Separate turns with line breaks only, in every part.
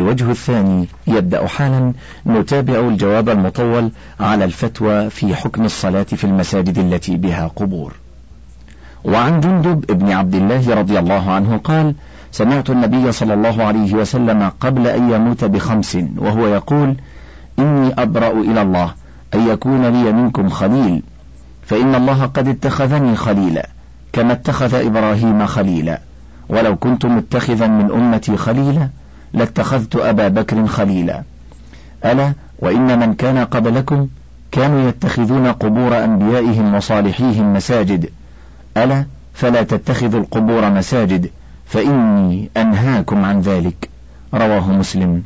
الوجه الثاني يبدأ حالا. نتابع الجواب المطول على الفتوى في حكم الصلاة في المساجد التي بها قبور. وعن جندب بن عبد الله رضي الله عنه قال: سمعت النبي صلى الله عليه وسلم قبل أن يموت ب5 وهو يقول: إني أبرأ إلى الله أن يكون لي منكم خليل، فإن الله قد اتخذني خليلا كما اتخذ إبراهيم خليلا، ولو كنت متخذا من أمتي خليلا لاتخذت أبا بكر خليلا. ألا وإن من كان قبلكم كانوا يتخذون قبور أنبيائهم وصالحيهم مساجد، ألا فلا تتخذوا القبور مساجد فإني أنهاكم عن ذلك. رواه مسلم.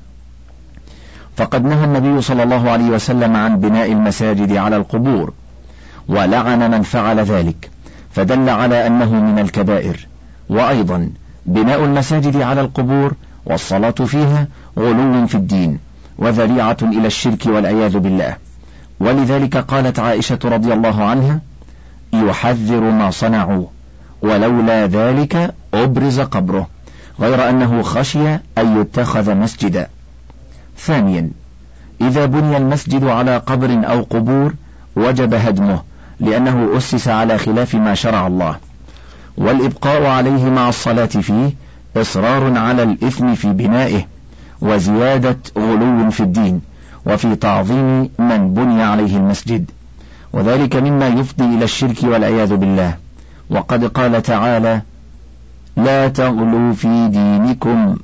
فقد نهى النبي صلى الله عليه وسلم عن بناء المساجد على القبور، ولعن من فعل ذلك، فدل على أنه من الكبائر. وأيضا بناء المساجد على القبور والصلاة فيها غلو في الدين وذريعة إلى الشرك والعياذ بالله. ولذلك قالت عائشة رضي الله عنها: يحذر ما صنعوا ولولا ذلك أبرز قبره، غير أنه خشي أن يتخذ مسجدا. ثانيا، إذا بني المسجد على قبر أو قبور وجب هدمه، لأنه أسس على خلاف ما شرع الله، والإبقاء عليه مع الصلاة فيه إصرار على الإثم في بنائه وزيادة غلو في الدين وفي تعظيم من بني عليه المسجد، وذلك مما يفضي إلى الشرك والعياذ بالله. وقد قال تعالى: لا تغلوا في دينكم.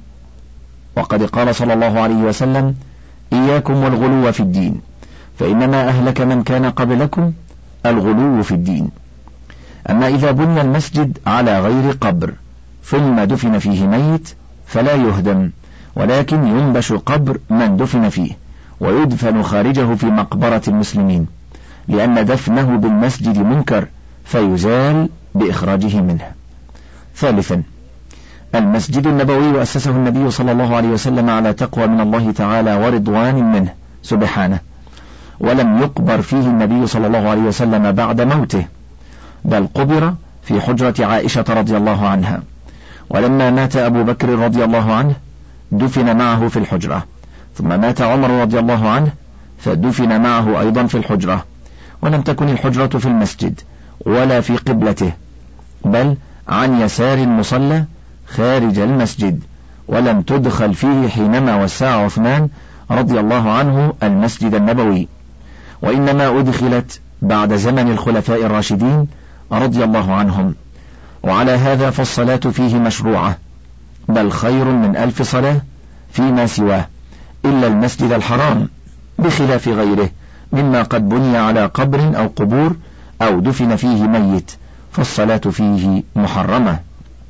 وقد قال صلى الله عليه وسلم: إياكم والغلو في الدين، فإنما أهلك من كان قبلكم الغلو في الدين. أما إذا بني المسجد على غير قبر ثم دفن فيه ميت فلا يهدم، ولكن ينبش قبر من دفن فيه ويدفن خارجه في مقبرة المسلمين، لأن دفنه بالمسجد منكر فيزال بإخراجه منه. ثالثا، المسجد النبوي أسسه النبي صلى الله عليه وسلم على تقوى من الله تعالى ورضوان منه سبحانه، ولم يقبر فيه النبي صلى الله عليه وسلم بعد موته، بل قبر في حجرة عائشة رضي الله عنها. ولما مات أبو بكر رضي الله عنه دفن معه في الحجرة، ثم مات عمر رضي الله عنه فدفن معه أيضا في الحجرة. ولم تكن الحجرة في المسجد ولا في قبلته، بل عن يسار المصلى خارج المسجد، ولم تدخل فيه حينما وسع عثمان رضي الله عنه المسجد النبوي، وإنما أدخلت بعد زمن الخلفاء الراشدين رضي الله عنهم. وعلى هذا فالصلاة فيه مشروعة، بل خير من 1000 صلاة فيما سواه، إلا المسجد الحرام بخلاف غيره مما قد بني على قبر أو قبور أو دفن فيه ميت، فالصلاة فيه محرمة.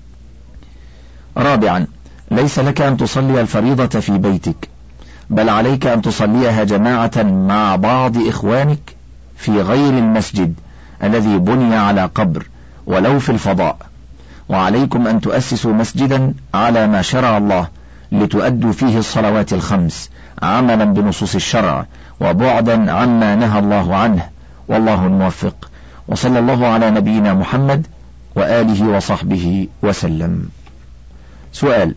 رابعا، ليس لك أن تصلي الفريضة في بيتك، بل عليك أن تصليها جماعة مع بعض إخوانك في غير المسجد الذي بني على قبر ولو في الفضاء. وعليكم أن تؤسسوا مسجدا على ما شرع الله لتؤدوا فيه الصلوات الخمس عملا بنصوص الشرع وبعدا عما نهى الله عنه، والله الموفق. وصلى الله على نبينا محمد وآله وصحبه وسلم. سؤال: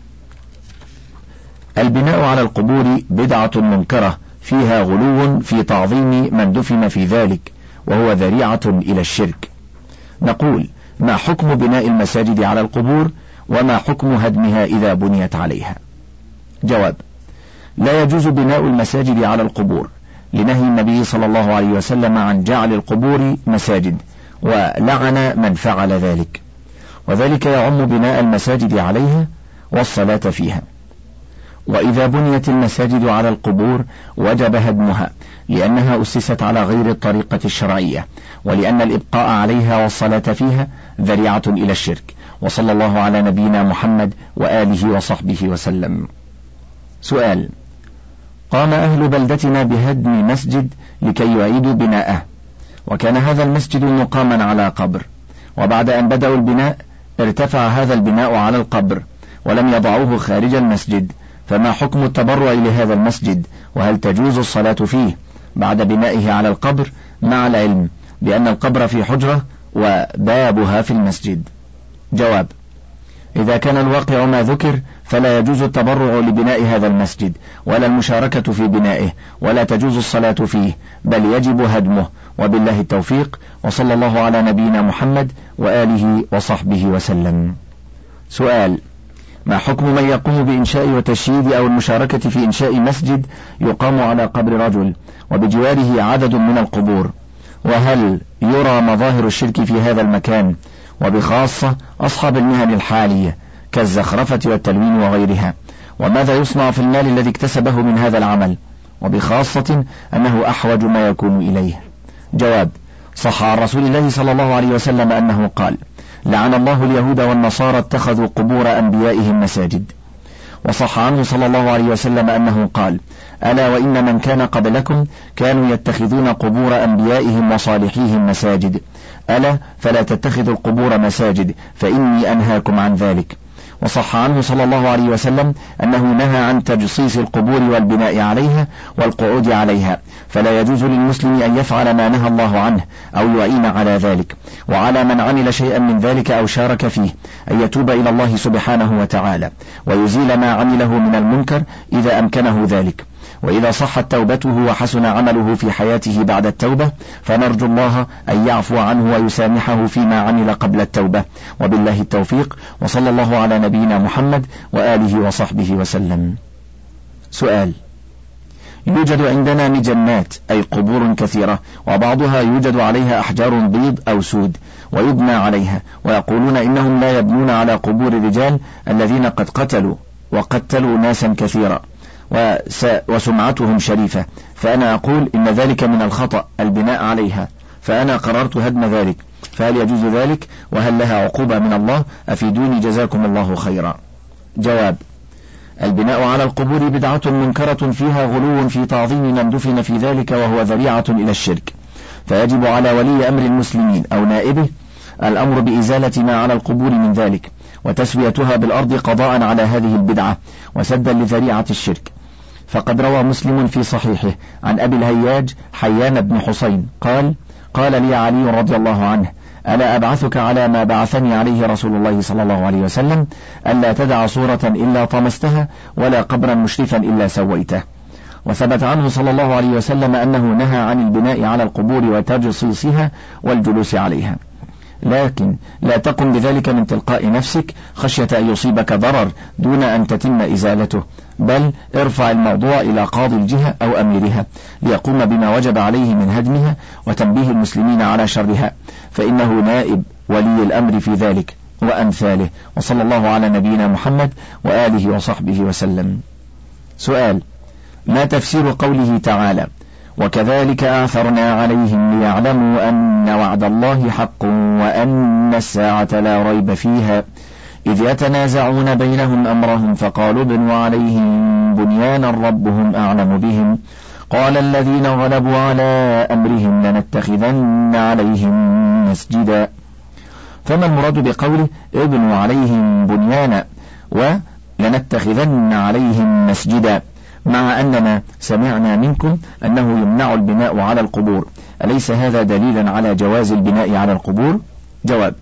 البناء على القبور بدعة منكرة فيها غلو في تعظيم من دفن في ذلك، وهو ذريعة إلى الشرك. نقول: ما حكم بناء المساجد على القبور، وما حكم هدمها إذا بنيت عليها؟ جواب: لا يجوز بناء المساجد على القبور، لنهي النبي صلى الله عليه وسلم عن جعل القبور مساجد، ولعن من فعل ذلك، وذلك يعم بناء المساجد عليها والصلاة فيها. وإذا بنيت المساجد على القبور وجب هدمها، لأنها أسست على غير الطريقة الشرعية، ولأن الإبقاء عليها والصلاة فيها ذريعة إلى الشرك. وصلى الله على نبينا محمد وآله وصحبه وسلم. سؤال: قام أهل بلدتنا بهدم مسجد لكي يعيدوا بناءه، وكان هذا المسجد مقاما على قبر، وبعد أن بدأوا البناء ارتفع هذا البناء على القبر ولم يضعوه خارج المسجد، فما حكم التبرع لهذا المسجد؟ وهل تجوز الصلاة فيه بعد بنائه على القبر، مع العلم بأن القبر في حجرة وبابها في المسجد؟ جواب: إذا كان الواقع ما ذكر فلا يجوز التبرع لبناء هذا المسجد ولا المشاركة في بنائه ولا تجوز الصلاة فيه، بل يجب هدمه. وبالله التوفيق، وصلى الله على نبينا محمد وآله وصحبه وسلم. سؤال: ما حكم من يقوم بإنشاء وتشييد أو المشاركة في إنشاء مسجد يقام على قبر رجل وبجواره عدد من القبور؟ وهل يرى مظاهر الشرك في هذا المكان، وبخاصة أصحاب المهن الحالية كالزخرفة والتلوين وغيرها؟ وماذا يصنع في المال الذي اكتسبه من هذا العمل، وبخاصة أنه أحوج ما يكون إليه؟ جواب: صح عن رسول الله صلى الله عليه وسلم أنه قال: لعن الله اليهود والنصارى اتخذوا قبور أنبيائهم مساجد. وصح عنه صلى الله عليه وسلم أنه قال: ألا وإن من كان قبلكم كانوا يتخذون قبور أنبيائهم وصالحيهم مساجد، ألا فلا تتخذوا القبور مساجد فإني أنهاكم عن ذلك. وصح عنه صلى الله عليه وسلم أنه نهى عن تجصيص القبور والبناء عليها والقعود عليها، فلا يجوز للمسلم أن يفعل ما نهى الله عنه أو يعين على ذلك. وعلى من عمل شيئا من ذلك أو شارك فيه أن يتوب إلى الله سبحانه وتعالى ويزيل ما عمله من المنكر إذا أمكنه ذلك. وإذا صحت توبته وحسن عمله في حياته بعد التوبة فنرجو الله أن يعفو عنه ويسامحه فيما عمل قبل التوبة. وبالله التوفيق، وصلى الله على نبينا محمد وآله وصحبه وسلم. سؤال: يوجد عندنا مجنات أي قبور كثيرة، وبعضها يوجد عليها أحجار بيض أو سود ويبنى عليها، ويقولون إنهم لا يبنون على قبور الرجال الذين قد قتلوا وقتلوا ناسا كثيرا وسمعتهم شريفة، فأنا أقول إن ذلك من الخطأ البناء عليها، فأنا قررت هدم ذلك، فهل يجوز ذلك؟ وهل لها عقوبة من الله؟ أفيدوني جزاكم الله خيرا. جواب: البناء على القبور بدعة منكرة فيها غلو في تعظيم من دفن في ذلك، وهو ذريعة إلى الشرك، فيجب على ولي أمر المسلمين أو نائبه الأمر بإزالة ما على القبور من ذلك وتسويتها بالأرض قضاء على هذه البدعة وسدا لذريعة الشرك. فقد روى مسلم في صحيحه عن أبي الهياج حيان بن حسين قال لي علي رضي الله عنه: ألا أبعثك على ما بعثني عليه رسول الله صلى الله عليه وسلم، ألا تدع صورة إلا طمستها ولا قبرا مشرفا إلا سويته. وثبت عنه صلى الله عليه وسلم أنه نهى عن البناء على القبور وتجصيصها والجلوس عليها، لكن لا تقم بذلك من تلقاء نفسك خشية أن يصيبك ضرر دون أن تتم إزالته، بل ارفع الموضوع إلى قاضي الجهة أو أميرها ليقوم بما وجب عليه من هدمها وتنبيه المسلمين على شرها، فإنه نائب ولي الأمر في ذلك وأمثاله. وصلى الله على نبينا محمد وآله وصحبه وسلم. سؤال: ما تفسير قوله تعالى: وكذلك آثرنا عليهم ليعلموا أن وعد الله حق وأن الساعة لا ريب فيها إذ يتنازعون بينهم أمرهم فقالوا ابنوا عليهم بنيانا ربهم أعلم بهم قال الذين غلبوا على أمرهم لنتخذن عليهم مسجدا. فما المراد بقوله ابنوا عليهم بنيانا ولنتخذن عليهم مسجدا، مع أننا سمعنا منكم أنه يمنع البناء على القبور؟ أليس هذا دليلا على جواز البناء على القبور؟ جواب: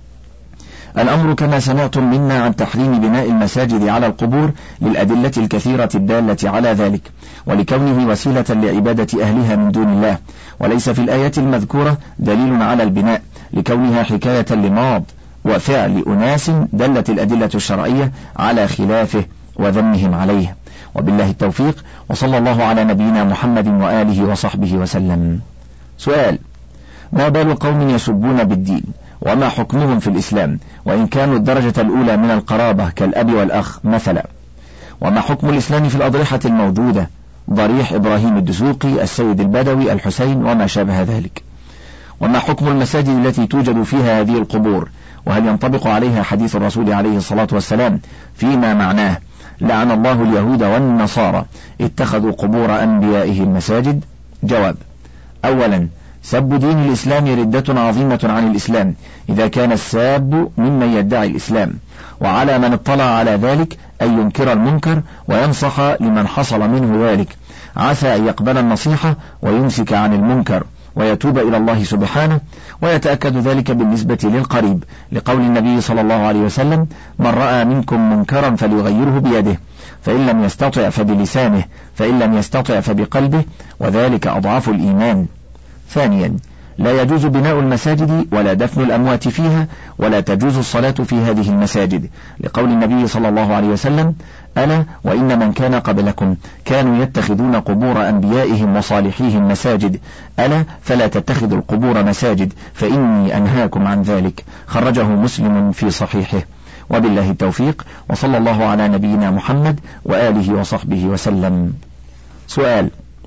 الأمر كما سمعتم منا عن تحريم بناء المساجد على القبور للأدلة الكثيرة الدالة على ذلك، ولكونه وسيلة لعبادة أهلها من دون الله، وليس في الآية المذكورة دليل على البناء لكونها حكاية لماض وفعل أناس دلت الأدلة الشرعية على خلافه وذمهم عليه. وبالله التوفيق، وصلى الله على نبينا محمد وآله وصحبه وسلم. سؤال: ما بال قوم يسبون بالدين، وما حكمهم في الإسلام وإن كانوا الدرجة الأولى من القرابة كالأب والأخ مثلا؟ وما حكم الإسلام في الأضرحة الموجودة، ضريح إبراهيم الدسوقي، السيد البدوي، الحسين وما شابه ذلك؟ وما حكم المساجد التي توجد فيها هذه القبور، وهل ينطبق عليها حديث الرسول عليه الصلاة والسلام فيما معناه لعن الله اليهود والنصارى اتخذوا قبور أنبيائهم مساجد؟ جواب: أولا، سب دين الإسلام ردة عظيمة عن الإسلام إذا كان الساب ممن يدعي الإسلام، وعلى من اطلع على ذلك أن ينكر المنكر وينصح لمن حصل منه ذلك، عسى أن يقبل النصيحة ويمسك عن المنكر، ويتوب إلى الله سبحانه، ويتأكد ذلك بالنسبة للقريب لقول النبي صلى الله عليه وسلم: من رأى منكم منكرا فليغيره بيده، فإن لم يستطع فبلسانه، فإن لم يستطع فبقلبه، وذلك أضعف الإيمان. ثانيا، لا يجوز بناء المساجد ولا دفن الأموات فيها، ولا تجوز الصلاة في هذه المساجد لقول النبي صلى الله عليه وسلم: ألا وإن من كان قبلكم كانوا يتخذون قبور أنبيائهم وصالحيهم مساجد، ألا فلا تتخذوا القبور مساجد فإني أنهاكم عن ذلك. خرجه مسلم في صحيحه. وبالله التوفيق، وصلى الله على نبينا محمد وآله وصحبه وسلم. سؤال: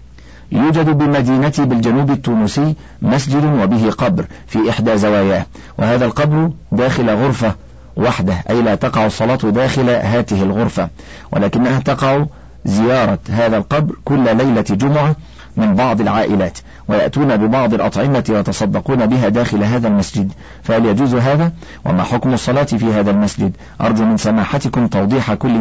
يوجد بمدينتي بالجنوب التونسي مسجد وبه قبر في إحدى زواياه، وهذا القبر داخل غرفة وحده، أي لا تقع الصلاة داخل هاته الغرفة، ولكنها تقع زيارة هذا القبر كل ليلة جمعة من بعض العائلات، ويأتون ببعض الأطعمة ويتصدقون بها داخل هذا المسجد، فهل يجوز هذا؟ وما حكم الصلاة في هذا المسجد؟ أرجو من سماحتكم توضيح كل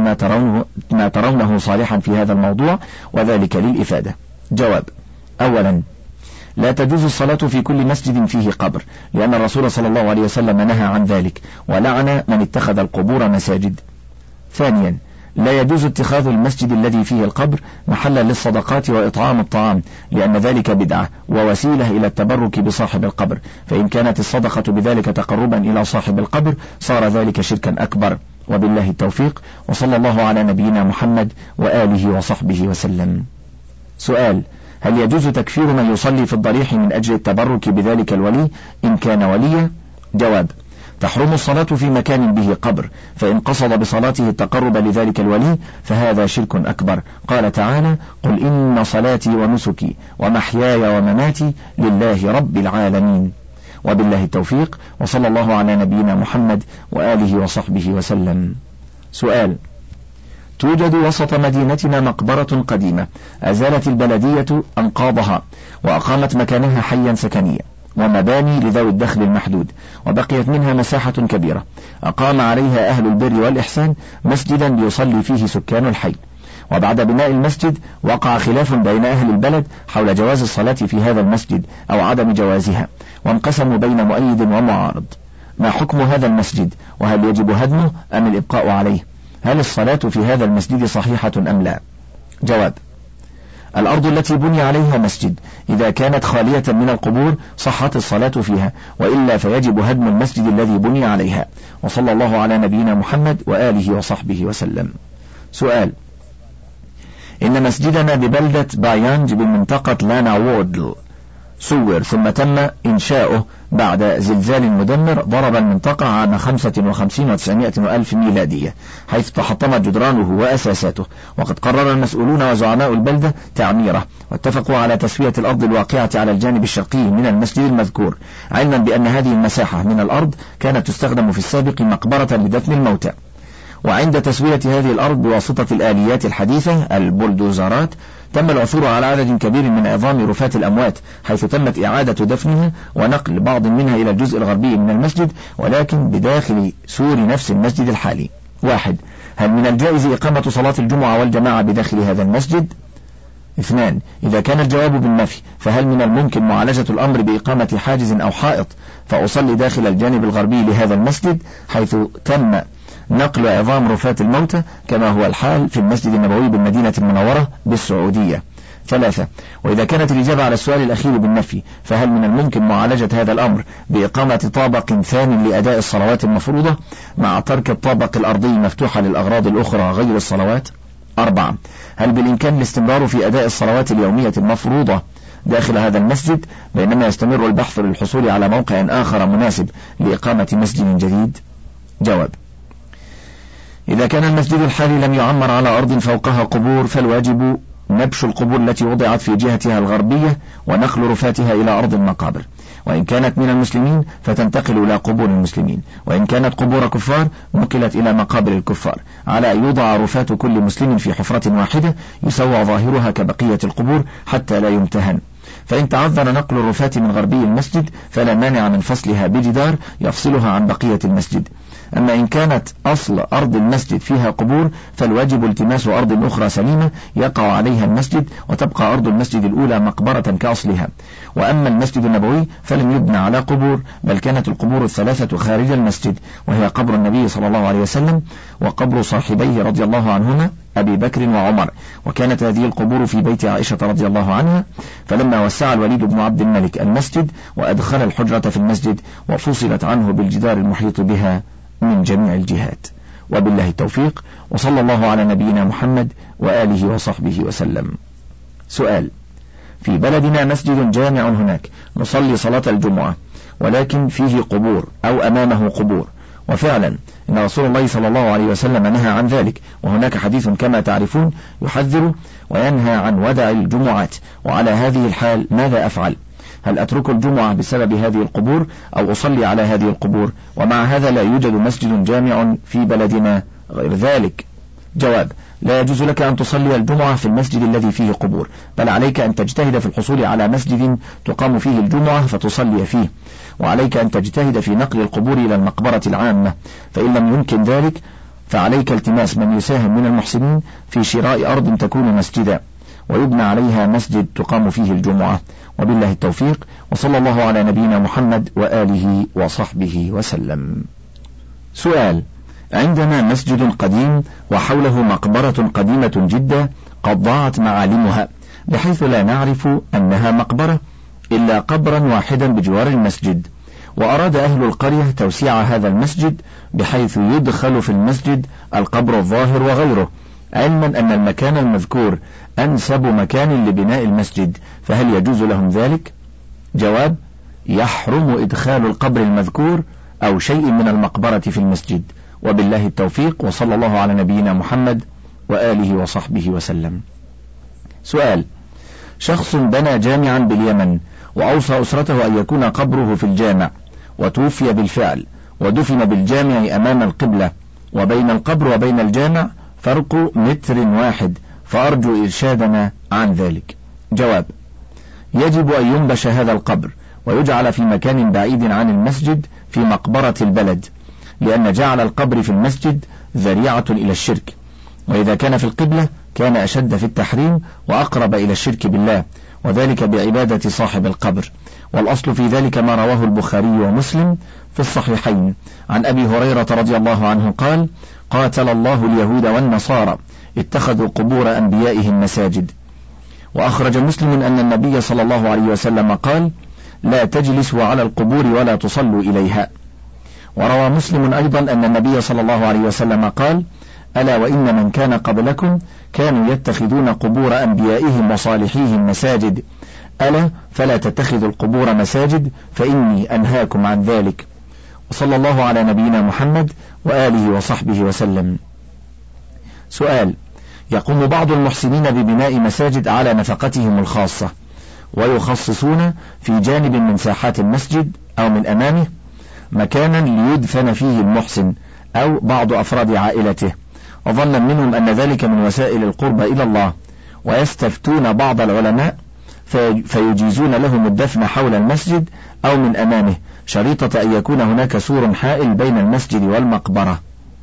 ما ترونه صالحا في هذا الموضوع، وذلك للإفادة. جواب: أولا، لا تجوز الصلاة في كل مسجد فيه قبر، لأن الرسول صلى الله عليه وسلم نهى عن ذلك، ولعن من اتخذ القبور مساجد. ثانيا، لا يجوز اتخاذ المسجد الذي فيه القبر محلا للصدقات وإطعام الطعام، لأن ذلك بدعة ووسيلة إلى التبرك بصاحب القبر، فإن كانت الصدقة بذلك تقربا إلى صاحب القبر صار ذلك شركا أكبر. وبالله التوفيق، وصلى الله على نبينا محمد وآله وصحبه وسلم. سؤال: هل يجوز تكفير من يصلي في الضريح من أجل التبرك بذلك الولي إن كان وليا؟ جواب: تحرم الصلاة في مكان به قبر، فإن قصد بصلاته التقرب لذلك الولي فهذا شرك أكبر. قال تعالى: قل إن صلاتي ونسكي ومحياي ومماتي لله رب العالمين. وبالله التوفيق، وصلى الله على نبينا محمد وآله وصحبه وسلم. سؤال: توجد وسط مدينتنا مقبرة قديمة أزالت البلدية أنقاضها وأقامت مكانها حيا سكنيا ومباني لذوي الدخل المحدود، وبقيت منها مساحة كبيرة أقام عليها أهل البر والإحسان مسجدا ليصلي فيه سكان الحي، وبعد بناء المسجد وقع خلاف بين أهل البلد حول جواز الصلاة في هذا المسجد أو عدم جوازها، وانقسموا بين مؤيد ومعارض. ما حكم هذا المسجد؟ وهل يجب هدمه أم الإبقاء عليه؟ هل الصلاة في هذا المسجد صحيحة أم لا؟ جواب: الأرض التي بني عليها مسجد إذا كانت خالية من القبور صحت الصلاة فيها، وإلا فيجب هدم المسجد الذي بني عليها. وصلى الله على نبينا محمد وآله وصحبه وسلم. سؤال: إن مسجدنا ببلدة بايانج بمنطقة لانا وودل سور، ثم تم إنشاؤه بعد زلزال مدمر ضرب المنطقة عام 55 و900 ألف ميلادية، حيث تحطمت جدرانه وأساساته، وقد قرر المسؤولون وزعماء البلدة تعميره، واتفقوا على تسوية الأرض الواقعة على الجانب الشرقي من المسجد المذكور، علما بأن هذه المساحة من الأرض كانت تستخدم في السابق مقبرة لدفن الموتى. وعند تسوية هذه الأرض بواسطة الآليات الحديثة البلدوزرات تم العثور على عدد كبير من عظام رفات الأموات، حيث تمت إعادة دفنها ونقل بعض منها إلى الجزء الغربي من المسجد، ولكن بداخل سور نفس المسجد الحالي. 1. هل من الجائز إقامة صلاة الجمعة والجماعة بداخل هذا المسجد؟ 2. إذا كان الجواب بالنفي فهل من الممكن معالجة الأمر بإقامة حاجز أو حائط فأصلي داخل الجانب الغربي لهذا المسجد، حيث تم نقل عظام رفات الموتى كما هو الحال في المسجد النبوي بالمدينة المنورة بالسعودية؟ 3. وإذا كانت الإجابة على السؤال الأخير بالنفي فهل من الممكن معالجة هذا الأمر بإقامة طابق ثاني لأداء الصلوات المفروضة مع ترك الطابق الأرضي مفتوحة للأغراض الأخرى غير الصلوات؟ 4. هل بالإمكان الاستمرار في أداء الصلوات اليومية المفروضة داخل هذا المسجد بينما يستمر البحث للحصول على موقع آخر مناسب لإقامة مسجد جديد؟ جواب: إذا كان المسجد الحالي لم يعمر على أرض فوقها قبور فالواجب نبش القبور التي وضعت في جهتها الغربية ونقل رفاتها إلى أرض المقابر، وإن كانت من المسلمين فتنتقل إلى قبور المسلمين، وإن كانت قبور كفار نقلت إلى مقابر الكفار، على أن يوضع رفات كل مسلم في حفرة واحدة يسوى ظاهرها كبقية القبور حتى لا يمتهن. فإن تعذر نقل الرفات من غربي المسجد فلا مانع من فصلها بجدار يفصلها عن بقية المسجد. أما إن كانت أصل أرض المسجد فيها قبور فالواجب التماس أرض أخرى سليمة يقع عليها المسجد وتبقى أرض المسجد الأولى مقبرة كأصلها. وأما المسجد النبوي فلم يبنى على قبور، بل كانت القبور الثلاثة خارج المسجد، وهي قبر النبي صلى الله عليه وسلم وقبر صاحبيه رضي الله عنهما أبي بكر وعمر، وكانت هذه القبور في بيت عائشة رضي الله عنها. فلما وسع الوليد بن عبد الملك المسجد وأدخل الحجرة في المسجد وفصلت عنه بالجدار المحيط بها من جميع الجهات. وبالله التوفيق، وصلى الله على نبينا محمد وآله وصحبه وسلم. سؤال: في بلدنا مسجد جامع هناك نصلي صلاة الجمعة ولكن فيه قبور أو أمامه قبور، وفعلا إن رسول الله صلى الله عليه وسلم نهى عن ذلك، وهناك حديث كما تعرفون يحذر وينهى عن ودع الجمعات. وعلى هذه الحال ماذا أفعل؟ هل أترك الجمعة بسبب هذه القبور أو أصلي على هذه القبور؟ ومع هذا لا يوجد مسجد جامع في بلدنا غير ذلك. جواب: لا يجوز لك أن تصلي الجمعة في المسجد الذي فيه قبور، بل عليك أن تجتهد في الحصول على مسجد تقام فيه الجمعة فتصلي فيه، وعليك أن تجتهد في نقل القبور إلى المقبرة العامة، فإن لم يمكن ذلك فعليك التماس من يساهم من المحسنين في شراء أرض تكون مسجدا ويبنى عليها مسجد تقام فيه الجمعة. وبالله التوفيق، وصلى الله على نبينا محمد وآله وصحبه وسلم. سؤال: عندنا مسجد قديم وحوله مقبرة قديمة جدا قد ضاعت معالمها، بحيث لا نعرف أنها مقبرة إلا قبرا واحدا بجوار المسجد، وأراد أهل القرية توسيع هذا المسجد بحيث يدخل في المسجد القبر الظاهر وغيره، علما أن المكان المذكور أنسب مكان لبناء المسجد، فهل يجوز لهم ذلك؟ جواب: يحرم إدخال القبر المذكور أو شيء من المقبرة في المسجد. وبالله التوفيق، وصلى الله على نبينا محمد وآله وصحبه وسلم. سؤال: شخص بنى جامعا باليمن وأوصى أسرته أن يكون قبره في الجامع، وتوفي بالفعل ودفن بالجامع أمام القبلة، وبين القبر وبين الجامع فرق 1 متر، فأرجو إرشادنا عن ذلك. جواب: يجب أن ينبش هذا القبر ويجعل في مكان بعيد عن المسجد في مقبرة البلد، لأن جعل القبر في المسجد ذريعة إلى الشرك، وإذا كان في القبلة كان أشد في التحريم وأقرب إلى الشرك بالله، وذلك بعبادة صاحب القبر. والأصل في ذلك ما رواه البخاري ومسلم في الصحيحين عن أبي هريرة رضي الله عنه قال: قاتل الله اليهود والنصارى اتخذوا قبور أنبيائهم مساجد. وأخرج مسلم أن النبي صلى الله عليه وسلم قال: لا تجلسوا على القبور ولا تصلوا إليها. وروى مسلم أيضا أن النبي صلى الله عليه وسلم قال: ألا وإن من كان قبلكم كانوا يتخذون قبور أنبيائهم وصالحيهم مساجد، ألا فلا تتخذوا القبور مساجد فإني أنهاكم عن ذلك. وصلى الله على نبينا محمد وآله وصحبه وسلم. سؤال: يقوم بعض المحسنين ببناء مساجد على نفقتهم الخاصة، ويخصصون في جانب من ساحات المسجد أو من أمامه مكانا ليدفن فيه المحسن أو بعض أفراد عائلته، وظنا منهم أن ذلك من وسائل القرب إلى الله، ويستفتون بعض العلماء فيجيزون لهم الدفن حول المسجد أو من أمامه، شريطة أن يكون هناك سور حائل بين المسجد والمقبرة.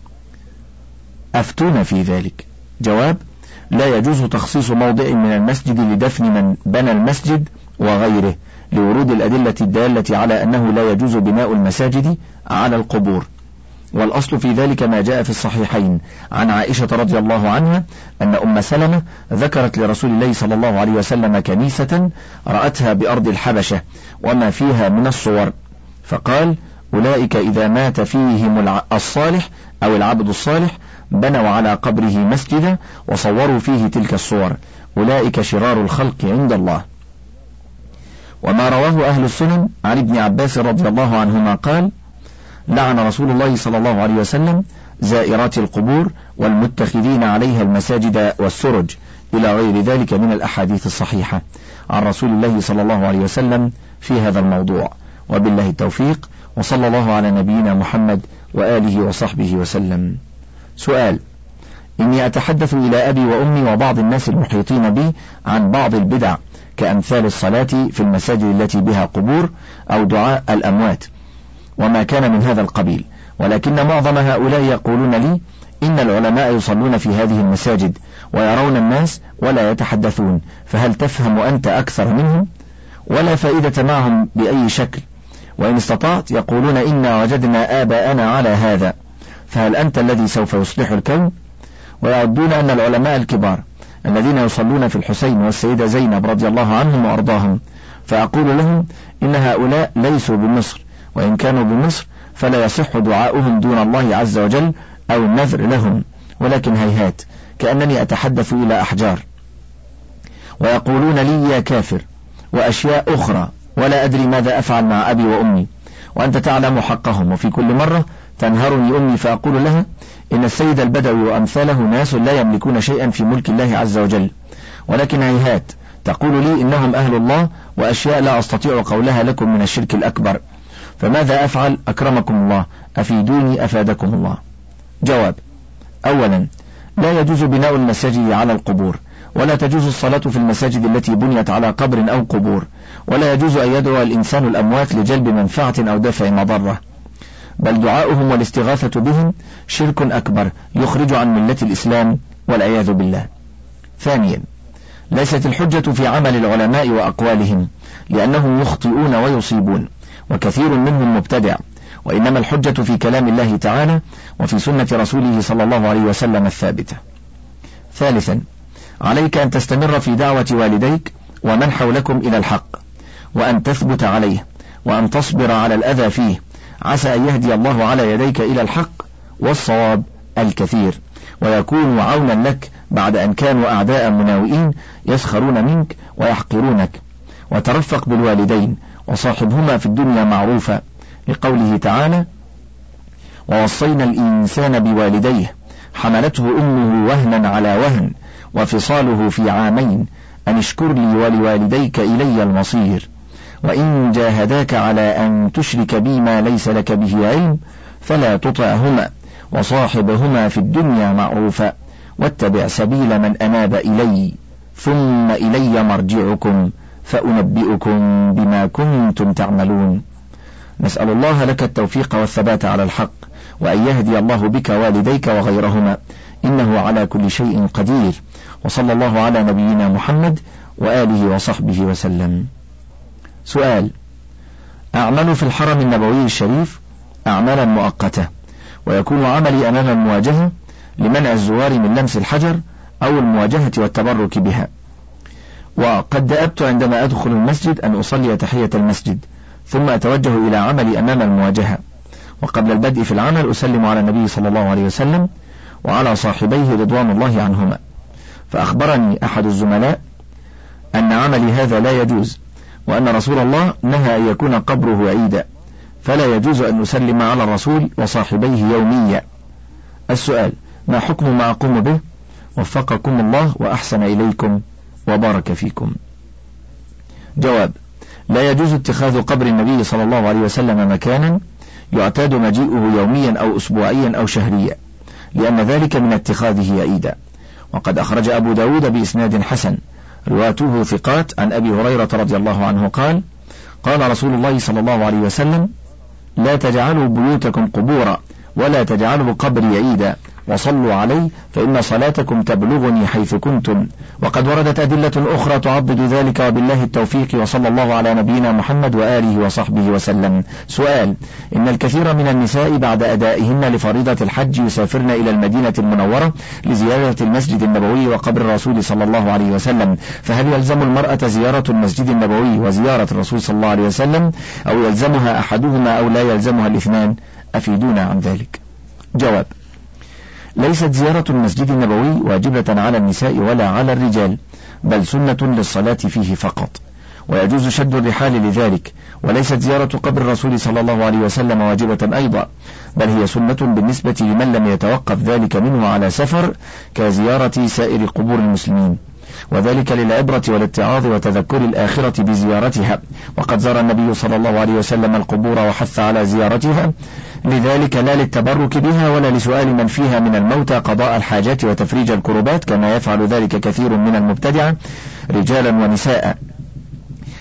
أفتون في ذلك. جواب: لا يجوز تخصيص موضع من المسجد لدفن من بنى المسجد وغيره، لورود الأدلة الدالة على أنه لا يجوز بناء المساجد على القبور. والأصل في ذلك ما جاء في الصحيحين عن عائشة رضي الله عنها أن أم سلمة ذكرت لرسول الله صلى الله عليه وسلم كنيسة رأتها بأرض الحبشة وما فيها من الصور، فقال: أولئك إذا مات فيهم الصالح أو العبد الصالح بنوا على قبره مسجدا وصوروا فيه تلك الصور، أولئك شرار الخلق عند الله. وما رواه أهل السنن عن ابن عباس رضي الله عنهما قال: لعن رسول الله صلى الله عليه وسلم زائرات القبور والمتخذين عليها المساجد والسرج، إلى غير ذلك من الأحاديث الصحيحة عن رسول الله صلى الله عليه وسلم في هذا الموضوع. وبالله التوفيق، وصلى الله على نبينا محمد وآله وصحبه وسلم. سؤال: إني أتحدث إلى أبي وأمي وبعض الناس المحيطين بي عن بعض البدع كأمثال الصلاة في المساجد التي بها قبور أو دعاء الأموات وما كان من هذا القبيل، ولكن معظم هؤلاء يقولون لي إن العلماء يصلون في هذه المساجد ويرون الناس ولا يتحدثون، فهل تفهم أنت أكثر منهم؟ ولا فائدة معهم بأي شكل، وإن استطعت يقولون إنا وجدنا آباءنا على هذا، فهل أنت الذي سوف يصلح الكون؟ ويعدون أن العلماء الكبار الذين يصلون في الحسين والسيدة زينب رضي الله عنهم وأرضاهم، فأقول لهم إن هؤلاء ليسوا بمصر، وإن كانوا بمصر فلا يصح دعاؤهم دون الله عز وجل أو النذر لهم، ولكن هيهات كأنني أتحدث إلى أحجار. ويقولون لي يا كافر وأشياء أخرى ولا أدري ماذا أفعل مع أبي وأمي، وأنت تعلم حقهم. وفي كل مرة تنهرني أمي فأقول لها إن السيد البدوي وأمثاله ناس لا يملكون شيئا في ملك الله عز وجل، ولكن هيهات تقول لي إنهم أهل الله وأشياء لا أستطيع قولها لكم من الشرك الأكبر، فماذا أفعل أكرمكم الله؟ أفيدوني أفادكم الله. جواب: أولا، لا يجوز بناء المساجد على القبور، ولا تجوز الصلاة في المساجد التي بنيت على قبر أو قبور، ولا يجوز أن يدعو الإنسان الأموات لجلب منفعة أو دفع مضرة، بل دعاؤهم والاستغاثة بهم شرك أكبر يخرج عن ملة الإسلام والعياذ بالله. ثانيا، ليست الحجة في عمل العلماء وأقوالهم، لأنهم يخطئون ويصيبون وكثير منهم مبتدع، وإنما الحجة في كلام الله تعالى وفي سنة رسوله صلى الله عليه وسلم الثابتة. ثالثا، عليك أن تستمر في دعوة والديك ومن حولكم إلى الحق، وأن تثبت عليه، وأن تصبر على الأذى فيه، عسى أن يهدي الله على يديك إلى الحق والصواب الكثير، ويكون عونا لك بعد أن كانوا أعداء مناوئين يسخرون منك ويحقرونك. وترفق بالوالدين وصاحبهما في الدنيا معروفا، لقوله تعالى: ووصينا الإنسان بوالديه حملته أمه وهنا على وهن وفصاله في عامين أن اشكر لي ولوالديك إلي المصير، وإن جاهداك على أن تشرك بي ما ليس لك به علم فلا تطعهما وصاحبهما في الدنيا معروفا واتبع سبيل من أناب إلي ثم إلي مرجعكم فأنبئكم بما كنتم تعملون. نسأل الله لك التوفيق والثبات على الحق، وأن يهدي الله بك والديك وغيرهما، إنه على كل شيء قدير. وصلى الله على نبينا محمد وآله وصحبه وسلم. سؤال: أعمل في الحرم النبوي الشريف أعمالا مؤقتة، ويكون عملي أمام المواجهة لمنع الزوار من لمس الحجر أو المواجهة والتبرك بها، وقد دأبت عندما أدخل المسجد أن أصلي تحية المسجد ثم أتوجه إلى عملي أمام المواجهة، وقبل البدء في العمل أسلم على النبي صلى الله عليه وسلم وعلى صاحبيه رضوان الله عنهما. فأخبرني أحد الزملاء أن عملي هذا لا يجوز، وأن رسول الله نهى أن يكون قبره عيدا، فلا يجوز أن نسلم على الرسول وصاحبيه يوميا. السؤال: ما حكم ما أقوم به؟ وفقكم الله وأحسن إليكم وبارك فيكم. جواب: لا يجوز اتخاذ قبر النبي صلى الله عليه وسلم مكانا يعتاد مجيئه يوميا أو أسبوعيا أو شهريا، لأن ذلك من اتخاذه عيدا. وقد أخرج أبو داود بإسناد حسن رواته ثقات عن أبي هريرة رضي الله عنه قال: قال رسول الله صلى الله عليه وسلم: لا تجعلوا بيوتكم قبورا ولا تجعلوا قبري عيدا وصلوا علي فإن صلاتكم تبلغني حيث كنتم. وقد وردت أدلة أخرى تعضد ذلك، وبالله التوفيق، وصلى الله على نبينا محمد وآله وصحبه وسلم. سؤال: إن الكثير من النساء بعد أدائهن لفريضة الحج يسافرن إلى المدينة المنورة لزيارة المسجد النبوي وقبر الرسول صلى الله عليه وسلم، فهل يلزم المرأة زيارة المسجد النبوي وزيارة الرسول صلى الله عليه وسلم، أو يلزمها أحدهما أو لا يلزمها الاثنان؟ أفيدونا عن ذلك. جواب: ليست زيارة المسجد النبوي واجبة على النساء ولا على الرجال، بل سنة للصلاة فيه فقط، ويجوز شد الرحال لذلك، وليست زيارة قبر الرسول صلى الله عليه وسلم واجبة أيضا، بل هي سنة بالنسبة لمن لم يتوقف ذلك منه على سفر كزيارة سائر قبور المسلمين، وذلك للعبرة والاتعاظ وتذكر الآخرة بزيارتها. وقد زار النبي صلى الله عليه وسلم القبور وحث على زيارتها، لذلك لا للتبرك بها ولا لسؤال من فيها من الموتى قضاء الحاجات وتفريج الكربات كما يفعل ذلك كثير من المبتدعة رجالا ونساء.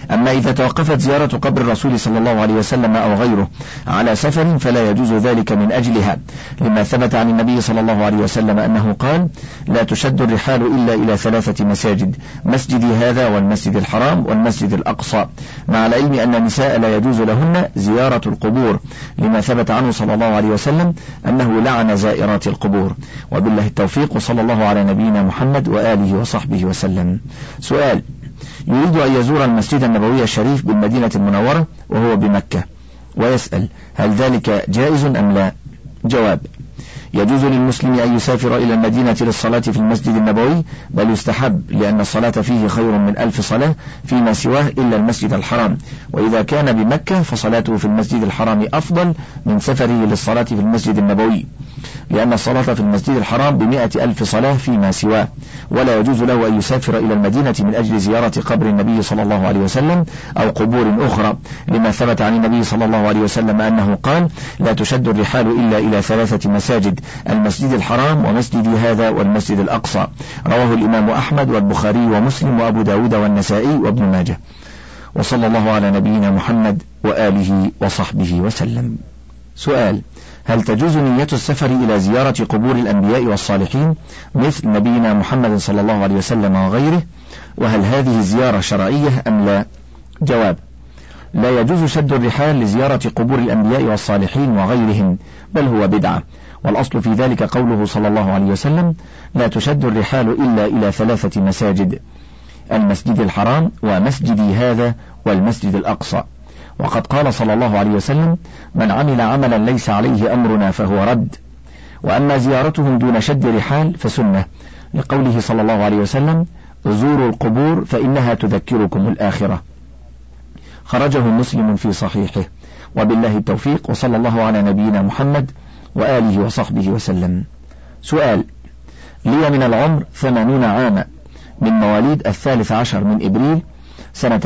أما إذا توقفت زيارة قبر الرسول صلى الله عليه وسلم أو غيره على سفر فلا يجوز ذلك من أجلها، لما ثبت عن النبي صلى الله عليه وسلم أنه قال: لا تشد الرحال إلا إلى 3 مساجد، مسجدي هذا والمسجد الحرام والمسجد الأقصى، مع العلم أن النساء لا يجوز لهن زيارة القبور، لما ثبت عنه صلى الله عليه وسلم أنه لعن زائرات القبور. وبالله التوفيق، وصلى الله على نبينا محمد وآله وصحبه وسلم. سؤال: يريد أن يزور المسجد النبوي الشريف بالمدينة المنورة وهو بمكة، ويسأل: هل ذلك جائز أم لا؟ جواب: يجوز للمسلم أن يسافر إلى المدينة للصلاة في المسجد النبوي، بل يستحب، لأن الصلاة فيه خير من 1000 صلاة فيما سواه إلا المسجد الحرام. وإذا كان بمكة فصلاته في المسجد الحرام أفضل من سفره للصلاة في المسجد النبوي، لأن الصلاة في المسجد الحرام ب100,000 صلاة فيما سواه. ولا يجوز له أن يسافر إلى المدينة من أجل زيارة قبر النبي صلى الله عليه وسلم أو قبور أخرى، لما ثبت عن النبي صلى الله عليه وسلم أنه قال: لا تشد الرحال إلا إلى 3 مساجد، المسجد الحرام ومسجدي هذا والمسجد الأقصى. رواه الإمام أحمد والبخاري ومسلم وأبو داود والنسائي وابن ماجه. وصلى الله على نبينا محمد وآله وصحبه وسلم. سؤال: هل تجوز نية السفر إلى زيارة قبور الأنبياء والصالحين مثل نبينا محمد صلى الله عليه وسلم وغيره؟ وهل هذه الزيارة شرعية أم لا؟ جواب: لا يجوز شد الرحال لزيارة قبور الأنبياء والصالحين وغيرهم، بل هو بدعة، والأصل في ذلك قوله صلى الله عليه وسلم: لا تشد الرحال إلا إلى 3 مساجد، المسجد الحرام ومسجدي هذا والمسجد الأقصى. وقد قال صلى الله عليه وسلم: من عمل عملا ليس عليه أمرنا فهو رد. وأما زيارتهم دون شد رحال فسنة، لقوله صلى الله عليه وسلم: زوروا القبور فإنها تذكركم الآخرة. خرجه مسلم في صحيحه. وبالله التوفيق، وصلى الله على نبينا محمد وآله وصحبه وسلم. سؤال: لي من العمر 80 عاما، من مواليد 13 من إبريل سنة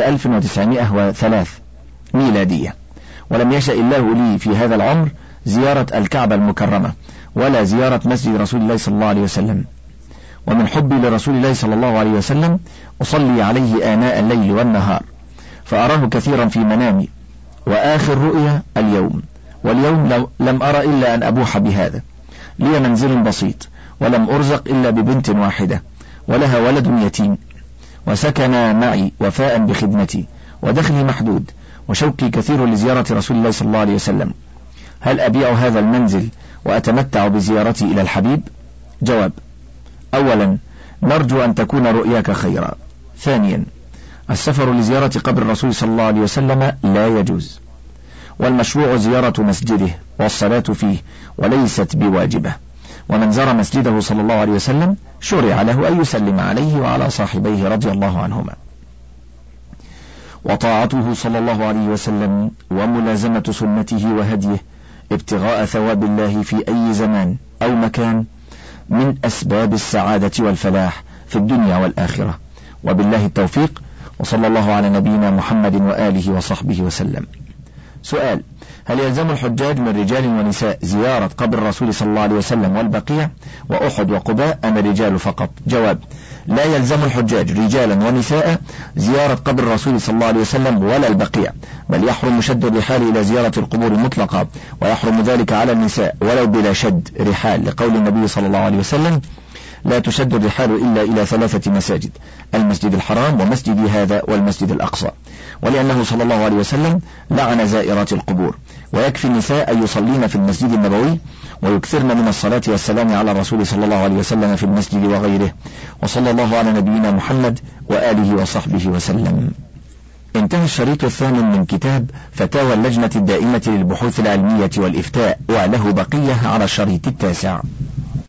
1903 ميلادية، ولم يشأ الله لي في هذا العمر زيارة الكعبة المكرمة ولا زيارة مسجد رسول الله صلى الله عليه وسلم. ومن حبي لرسول الله صلى الله عليه وسلم أصلي عليه آناء الليل والنهار، فأراه كثيرا في منامي، وآخر رؤيا اليوم، واليوم لم أرى إلا أن أبوح بهذا. لي منزل بسيط، ولم أرزق إلا ببنت واحدة، ولها ولد يتيم، وسكن معي وفاء بخدمتي، ودخلي محدود، وشوقي كثير لزيارة رسول الله صلى الله عليه وسلم. هل أبيع هذا المنزل وأتمتع بزيارتي إلى الحبيب؟ جواب: أولا، نرجو أن تكون رؤياك خيرا. ثانيا، السفر لزيارة قبر الرسول صلى الله عليه وسلم لا يجوز، والمشروع زيارة مسجده والصلاة فيه، وليست بواجبة. ومن زار مسجده صلى الله عليه وسلم شرع له أن يسلم عليه وعلى صاحبيه رضي الله عنهما. وطاعته صلى الله عليه وسلم وملازمة سنته وهديه ابتغاء ثواب الله في أي زمان أو مكان من أسباب السعادة والفلاح في الدنيا والآخرة. وبالله التوفيق، وصلى الله على نبينا محمد وآله وصحبه وسلم. سؤال: هل يلزم الحجاج من رجال ونساء زيارة قبر الرسول صلى الله عليه وسلم والبقيع وأحد وقباء أم الرجال فقط؟ جواب: لا يلزم الحجاج رجالا ونساء زيارة قبر الرسول صلى الله عليه وسلم ولا البقيع، بل يحرم شد الرحال إلى زيارة القبور مطلقا، ويحرم ذلك على النساء ولو بلا شد رحال، لقول النبي صلى الله عليه وسلم: لا تشد الرحال إلا إلى 3 مساجد، المسجد الحرام ومسجدي هذا والمسجد الأقصى. ولأنه صلى الله عليه وسلم لعن زائرات القبور. ويكفي النساء أن يصلين في المسجد النبوي ويكثرن من الصلاة والسلام على الرسول صلى الله عليه وسلم في المسجد وغيره. وصلى الله على نبينا محمد وآله وصحبه وسلم. انتهى الشريط 8 من كتاب فتاوى اللجنة الدائمة للبحوث العلمية والإفتاء، وله بقية على الشريط 9.